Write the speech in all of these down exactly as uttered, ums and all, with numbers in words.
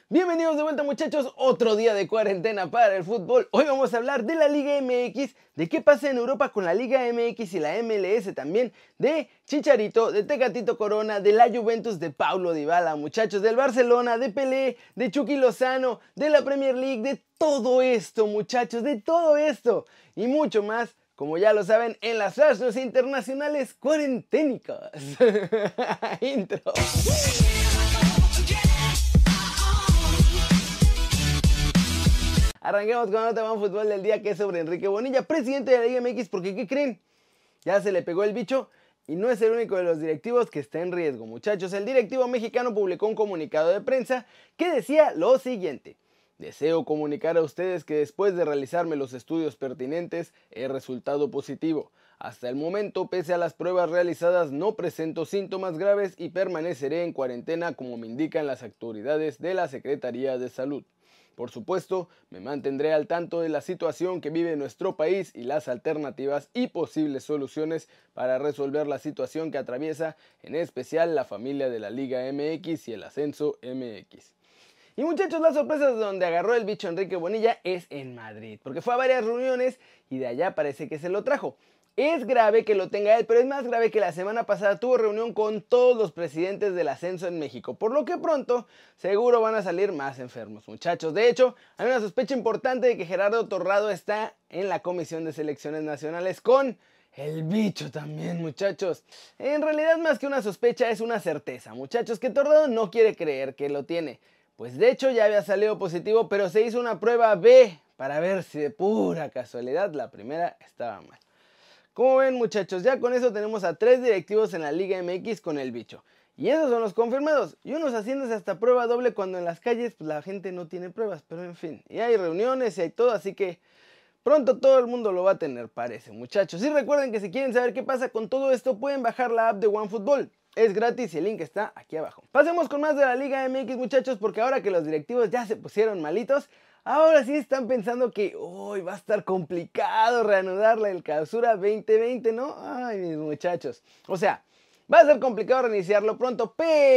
Bienvenidos de vuelta, muchachos, otro día de cuarentena para el fútbol. Hoy vamos a hablar de la Liga M X, de qué pasa en Europa con la Liga M X y la M L S también, de Chicharito, de Tecatito Corona, de la Juventus de Paulo Dybala, muchachos, del Barcelona, de Pelé, de Chucky Lozano, de la Premier League, de todo esto, muchachos, de todo esto y mucho más, como ya lo saben, en las Flash News internacionales cuarenténicas. Intro. Arranquemos con la nota de fútbol del día, que es sobre Enrique Bonilla, presidente de la Liga M X, porque ¿qué creen? Ya se le pegó el bicho y no es el único de los directivos que está en riesgo, muchachos. El directivo mexicano publicó un comunicado de prensa que decía lo siguiente: deseo comunicar a ustedes que después de realizarme los estudios pertinentes he resultado positivo. Hasta el momento, pese a las pruebas realizadas, no presento síntomas graves y permaneceré en cuarentena como me indican las autoridades de la Secretaría de Salud. Por supuesto, me mantendré al tanto de la situación que vive nuestro país y las alternativas y posibles soluciones para resolver la situación que atraviesa, en especial la familia de la Liga M X y el ascenso M X. Y muchachos, la sorpresa de donde agarró el bicho Enrique Bonilla es en Madrid, porque fue a varias reuniones y de allá parece que se lo trajo. Es grave que lo tenga él, pero es más grave que la semana pasada tuvo reunión con todos los presidentes del ascenso en México, por lo que pronto seguro van a salir más enfermos, muchachos. De hecho, hay una sospecha importante de que Gerardo Torrado está en la Comisión de Selecciones Nacionales con el bicho también, muchachos. En realidad, más que una sospecha, es una certeza, muchachos, que Torrado no quiere creer que lo tiene. Pues de hecho ya había salido positivo, pero se hizo una prueba B para ver si de pura casualidad la primera estaba mal. Como ven, muchachos, ya con eso tenemos a tres directivos en la Liga M X con el bicho. Y esos son los confirmados. Y unos haciéndose hasta prueba doble cuando en las calles pues, la gente no tiene pruebas. Pero en fin, y hay reuniones y hay todo, así que pronto todo el mundo lo va a tener, parece, muchachos. Y recuerden que si quieren saber qué pasa con todo esto, pueden bajar la app de OneFootball. Es gratis y el link está aquí abajo. Pasemos con más de la Liga M X, muchachos, porque ahora que los directivos ya se pusieron malitos, ahora sí están pensando que hoy va a estar complicado reanudar la clausura veinte veinte, ¿no? Ay, mis muchachos. O sea, va a ser complicado reiniciarlo pronto,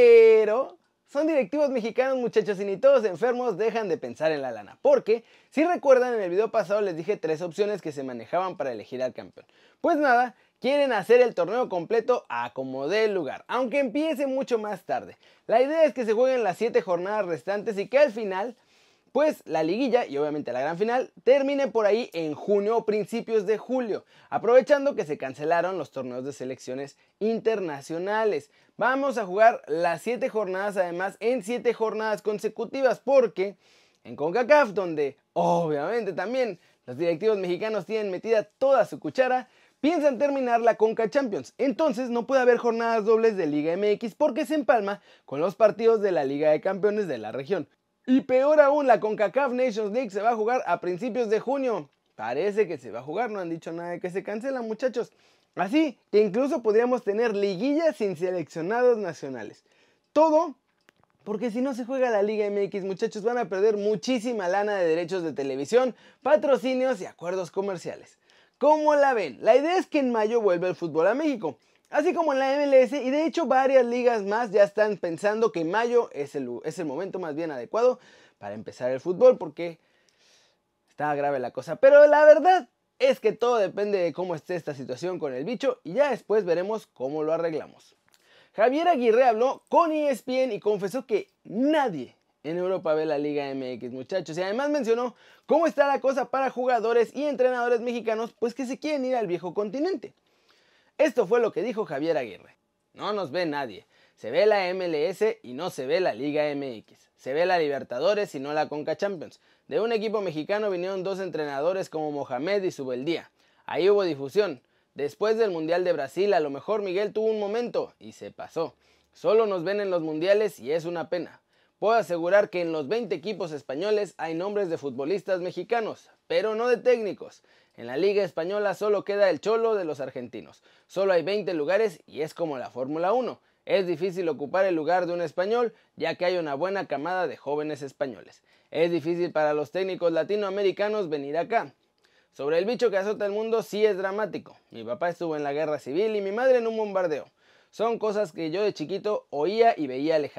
pero son directivos mexicanos, muchachos, y ni todos enfermos dejan de pensar en la lana. Porque, si recuerdan, en el video pasado les dije tres opciones que se manejaban para elegir al campeón. Pues nada, quieren hacer el torneo completo a como dé lugar, aunque empiece mucho más tarde. La idea es que se jueguen las siete jornadas restantes y que al final, pues la liguilla y obviamente la gran final termine por ahí en junio o principios de julio, aprovechando que se cancelaron los torneos de selecciones internacionales. Vamos a jugar las siete jornadas además en siete jornadas consecutivas, porque en CONCACAF, donde obviamente también los directivos mexicanos tienen metida toda su cuchara, piensan terminar la Conca Champions. Entonces no puede haber jornadas dobles de Liga M X porque se empalma con los partidos de la Liga de Campeones de la región. Y peor aún, la CONCACAF Nations League se va a jugar a principios de junio. Parece que se va a jugar, no han dicho nada de que se cancela, muchachos. Así que incluso podríamos tener liguillas sin seleccionados nacionales. Todo porque si no se juega la Liga M X, muchachos, van a perder muchísima lana de derechos de televisión, patrocinios y acuerdos comerciales. ¿Cómo la ven? La idea es que en mayo vuelva el fútbol a México, así como en la M L S, y de hecho varias ligas más ya están pensando que mayo es el, es el momento más bien adecuado para empezar el fútbol, porque está grave la cosa. Pero la verdad es que todo depende de cómo esté esta situación con el bicho y ya después veremos cómo lo arreglamos. Javier Aguirre habló con E S P N y confesó que nadie en Europa ve la Liga M X, muchachos, y además mencionó cómo está la cosa para jugadores y entrenadores mexicanos, pues que se quieren ir al viejo continente. Esto fue lo que dijo Javier Aguirre: no nos ve nadie, se ve la M L S y no se ve la Liga M X, se ve la Libertadores y no la Conca Champions. De un equipo mexicano vinieron dos entrenadores como Mohamed y Zubeldía, ahí hubo difusión. Después del Mundial de Brasil, a lo mejor Miguel tuvo un momento y se pasó. Solo nos ven en los mundiales y es una pena. Puedo asegurar que en los veinte equipos españoles hay nombres de futbolistas mexicanos, pero no de técnicos. En la Liga Española solo queda el Cholo de los argentinos. Solo hay veinte lugares y es como la Fórmula uno. Es difícil ocupar el lugar de un español, ya que hay una buena camada de jóvenes españoles. Es difícil para los técnicos latinoamericanos venir acá. Sobre el bicho que azota el mundo, sí es dramático. Mi papá estuvo en la guerra civil y mi madre en un bombardeo. Son cosas que yo de chiquito oía y veía lejanas.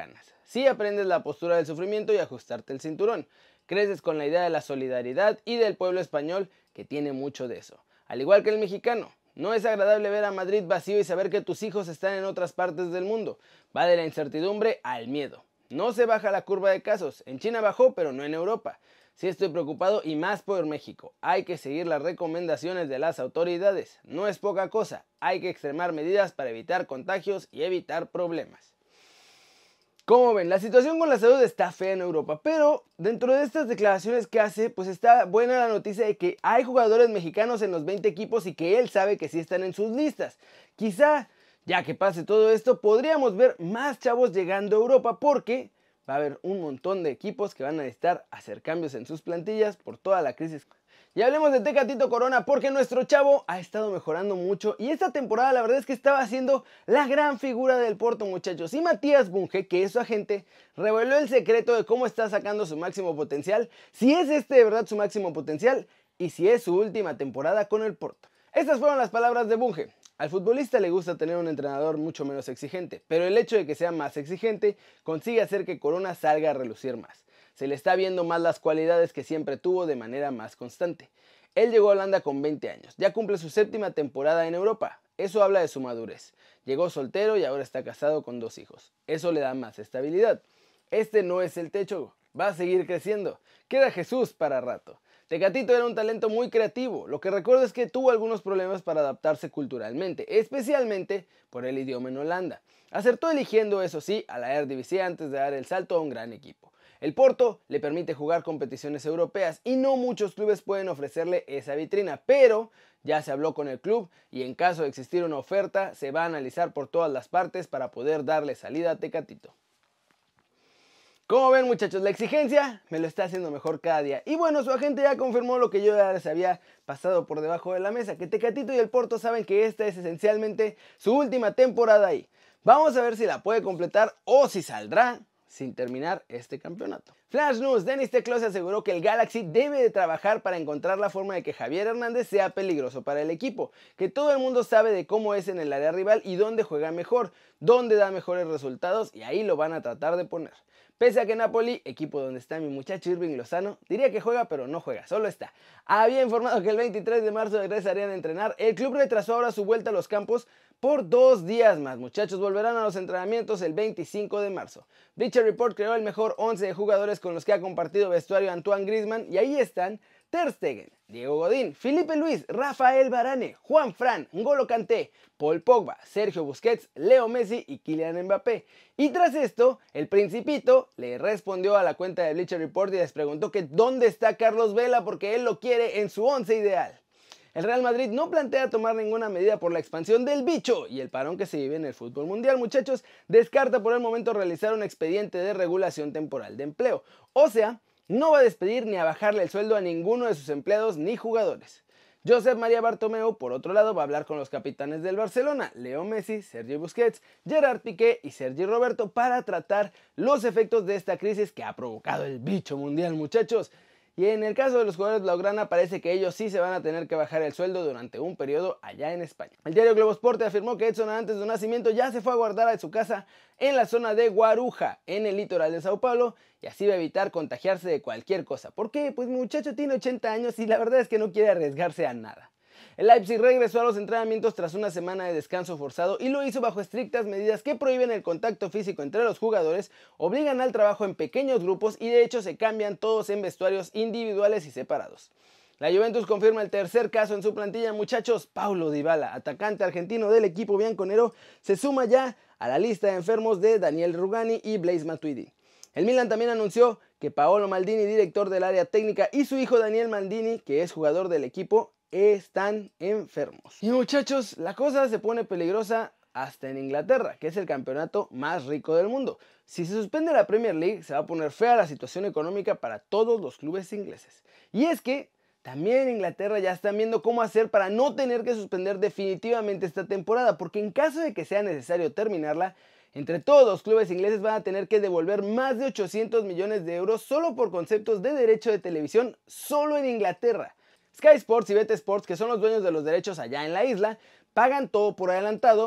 si aprendes la postura del sufrimiento y ajustarte el cinturón. Creces con la idea de la solidaridad y del pueblo español, que tiene mucho de eso. Al igual que el mexicano, no es agradable ver a Madrid vacío y saber que tus hijos están en otras partes del mundo. Va de la incertidumbre al miedo. No se baja la curva de casos. En China bajó, pero no en Europa. Sí estoy preocupado y más por México. Hay que seguir las recomendaciones de las autoridades. No es poca cosa. Hay que extremar medidas para evitar contagios y evitar problemas. Como ven, la situación con la salud está fea en Europa, pero dentro de estas declaraciones que hace, pues está buena la noticia de que hay jugadores mexicanos en los veinte equipos y que él sabe que sí están en sus listas. Quizá, ya que pase todo esto, podríamos ver más chavos llegando a Europa porque va a haber un montón de equipos que van a necesitar hacer cambios en sus plantillas por toda la crisis. Y hablemos de Tecatito Corona porque nuestro chavo ha estado mejorando mucho y esta temporada la verdad es que estaba siendo la gran figura del Porto, muchachos. Y Matías Bunge, que es su agente, reveló el secreto de cómo está sacando su máximo potencial, si es este de verdad su máximo potencial y si es su última temporada con el Porto. Estas fueron las palabras de Bunge. Al futbolista le gusta tener un entrenador mucho menos exigente, pero el hecho de que sea más exigente consigue hacer que Corona salga a relucir más. Se le está viendo más las cualidades que siempre tuvo de manera más constante. Él llegó a Holanda con veinte años, ya cumple su séptima temporada en Europa. Eso habla de su madurez. Llegó soltero y ahora está casado con dos hijos. Eso le da más estabilidad. Este no es el techo, va a seguir creciendo. Queda Jesús para rato. Tecatito era un talento muy creativo, lo que recuerdo es que tuvo algunos problemas para adaptarse culturalmente, especialmente por el idioma en Holanda. Acertó eligiendo, eso sí, a la Eredivisie antes de dar el salto a un gran equipo. El Porto le permite jugar competiciones europeas y no muchos clubes pueden ofrecerle esa vitrina, pero ya se habló con el club y en caso de existir una oferta se va a analizar por todas las partes para poder darle salida a Tecatito. Como ven, muchachos, la exigencia me lo está haciendo mejor cada día. Y bueno, su agente ya confirmó lo que yo ya les había pasado por debajo de la mesa, que Tecatito y el Porto saben que esta es esencialmente su última temporada ahí. Vamos a ver si la puede completar o si saldrá sin terminar este campeonato. Flash News, Denis Teclo aseguró que el Galaxy debe de trabajar para encontrar la forma de que Javier Hernández sea peligroso para el equipo, que todo el mundo sabe de cómo es en el área rival y dónde juega mejor, dónde da mejores resultados y ahí lo van a tratar de poner. Pese a que Napoli, equipo donde está mi muchacho Irving Lozano, diría que juega pero no juega, solo está. Había informado que el veintitrés de marzo regresarían a entrenar, el club retrasó ahora su vuelta a los campos por dos días más. Muchachos, volverán a los entrenamientos el veinticinco de marzo. Bleacher Report creó el mejor once de jugadores con los que ha compartido vestuario Antoine Griezmann y ahí están Ter Stegen, Diego Godín, Felipe Luis, Rafael Varane, Juan Fran, N'Golo Kanté, Paul Pogba, Sergio Busquets, Leo Messi y Kylian Mbappé. Y tras esto, el Principito le respondió a la cuenta de Bleacher Report y les preguntó que dónde está Carlos Vela porque él lo quiere en su once ideal. El Real Madrid no plantea tomar ninguna medida por la expansión del bicho y el parón que se vive en el fútbol mundial, muchachos. Descarta por el momento realizar un expediente de regulación temporal de empleo. O sea, no va a despedir ni a bajarle el sueldo a ninguno de sus empleados ni jugadores. Josep María Bartomeu, por otro lado, va a hablar con los capitanes del Barcelona, Leo Messi, Sergio Busquets, Gerard Piqué y Sergi Roberto para tratar los efectos de esta crisis que ha provocado el bicho mundial, muchachos. Y en el caso de los jugadores blaugrana parece que ellos sí se van a tener que bajar el sueldo durante un periodo allá en España. El diario Globo Esporte afirmó que Edson antes de su nacimiento ya se fue a guardar a su casa en la zona de Guarujá, en el litoral de Sao Paulo, y así va a evitar contagiarse de cualquier cosa. ¿Por qué? Pues mi muchacho tiene ochenta años y la verdad es que no quiere arriesgarse a nada. El Leipzig regresó a los entrenamientos tras una semana de descanso forzado y lo hizo bajo estrictas medidas que prohíben el contacto físico entre los jugadores, obligan al trabajo en pequeños grupos y de hecho se cambian todos en vestuarios individuales y separados. La Juventus confirma el tercer caso en su plantilla, muchachos. Paulo Dybala, atacante argentino del equipo bianconero, se suma ya a la lista de enfermos de Daniel Rugani y Blaise Matuidi. El Milan también anunció que Paolo Maldini, director del área técnica, y su hijo Daniel Maldini, que es jugador del equipo, están enfermos. Y muchachos, la cosa se pone peligrosa hasta en Inglaterra, que es el campeonato más rico del mundo. Si se suspende la Premier League, se va a poner fea la situación económica para todos los clubes ingleses. Y es que también en Inglaterra ya están viendo cómo hacer para no tener que suspender definitivamente esta temporada, porque en caso de que sea necesario terminarla, entre todos los clubes ingleses van a tener que devolver más de ochocientos millones de euros solo por conceptos de derecho de televisión solo en Inglaterra. Sky Sports y B T Sports, que son los dueños de los derechos allá en la isla, pagan todo por adelantado,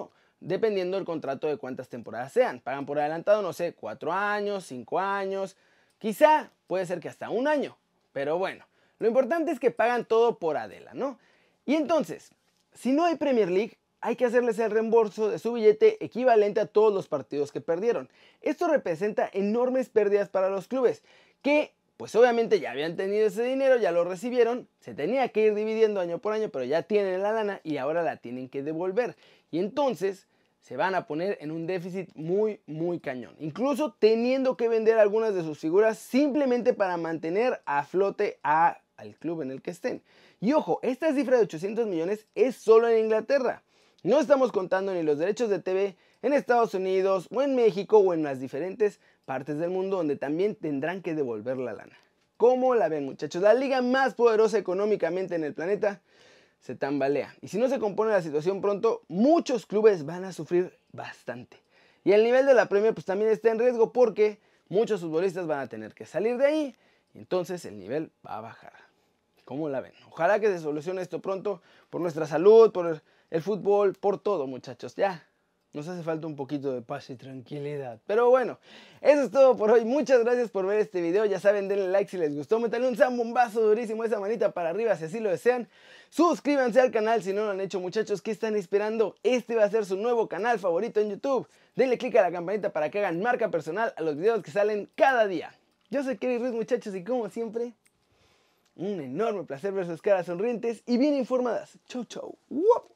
dependiendo del contrato de cuántas temporadas sean. Pagan por adelantado, no sé, cuatro años, cinco años, quizá puede ser que hasta un año. Pero bueno, lo importante es que pagan todo por Adela, ¿no? Y entonces, si no hay Premier League, hay que hacerles el reembolso de su billete equivalente a todos los partidos que perdieron. Esto representa enormes pérdidas para los clubes, que pues obviamente ya habían tenido ese dinero, ya lo recibieron, se tenía que ir dividiendo año por año, pero ya tienen la lana y ahora la tienen que devolver. Y entonces se van a poner en un déficit muy, muy cañón. Incluso teniendo que vender algunas de sus figuras simplemente para mantener a flote a, al club en el que estén. Y ojo, esta cifra de ochocientos millones es solo en Inglaterra. No estamos contando ni los derechos de T V en Estados Unidos o en México o en las diferentes partes del mundo donde también tendrán que devolver la lana. ¿Cómo la ven, muchachos? La liga más poderosa económicamente en el planeta se tambalea. Y si no se compone la situación pronto, muchos clubes van a sufrir bastante. Y el nivel de la Premier pues también está en riesgo porque muchos futbolistas van a tener que salir de ahí y entonces el nivel va a bajar. ¿Cómo la ven? Ojalá que se solucione esto pronto por nuestra salud, por el fútbol, por todo, muchachos. Ya nos hace falta un poquito de paz y tranquilidad. Pero bueno, eso es todo por hoy. Muchas gracias por ver este video. Ya saben, denle like si les gustó. Métanle un zambombazo durísimo, esa manita para arriba si así lo desean. Suscríbanse al canal si no lo han hecho, muchachos. ¿Qué están esperando? Este va a ser su nuevo canal favorito en YouTube. Denle click a la campanita para que hagan marca personal a los videos que salen cada día. Yo soy Kerry Ruiz, muchachos, y como siempre, un enorme placer ver sus caras sonrientes y bien informadas. Chau, chau. ¡Wop!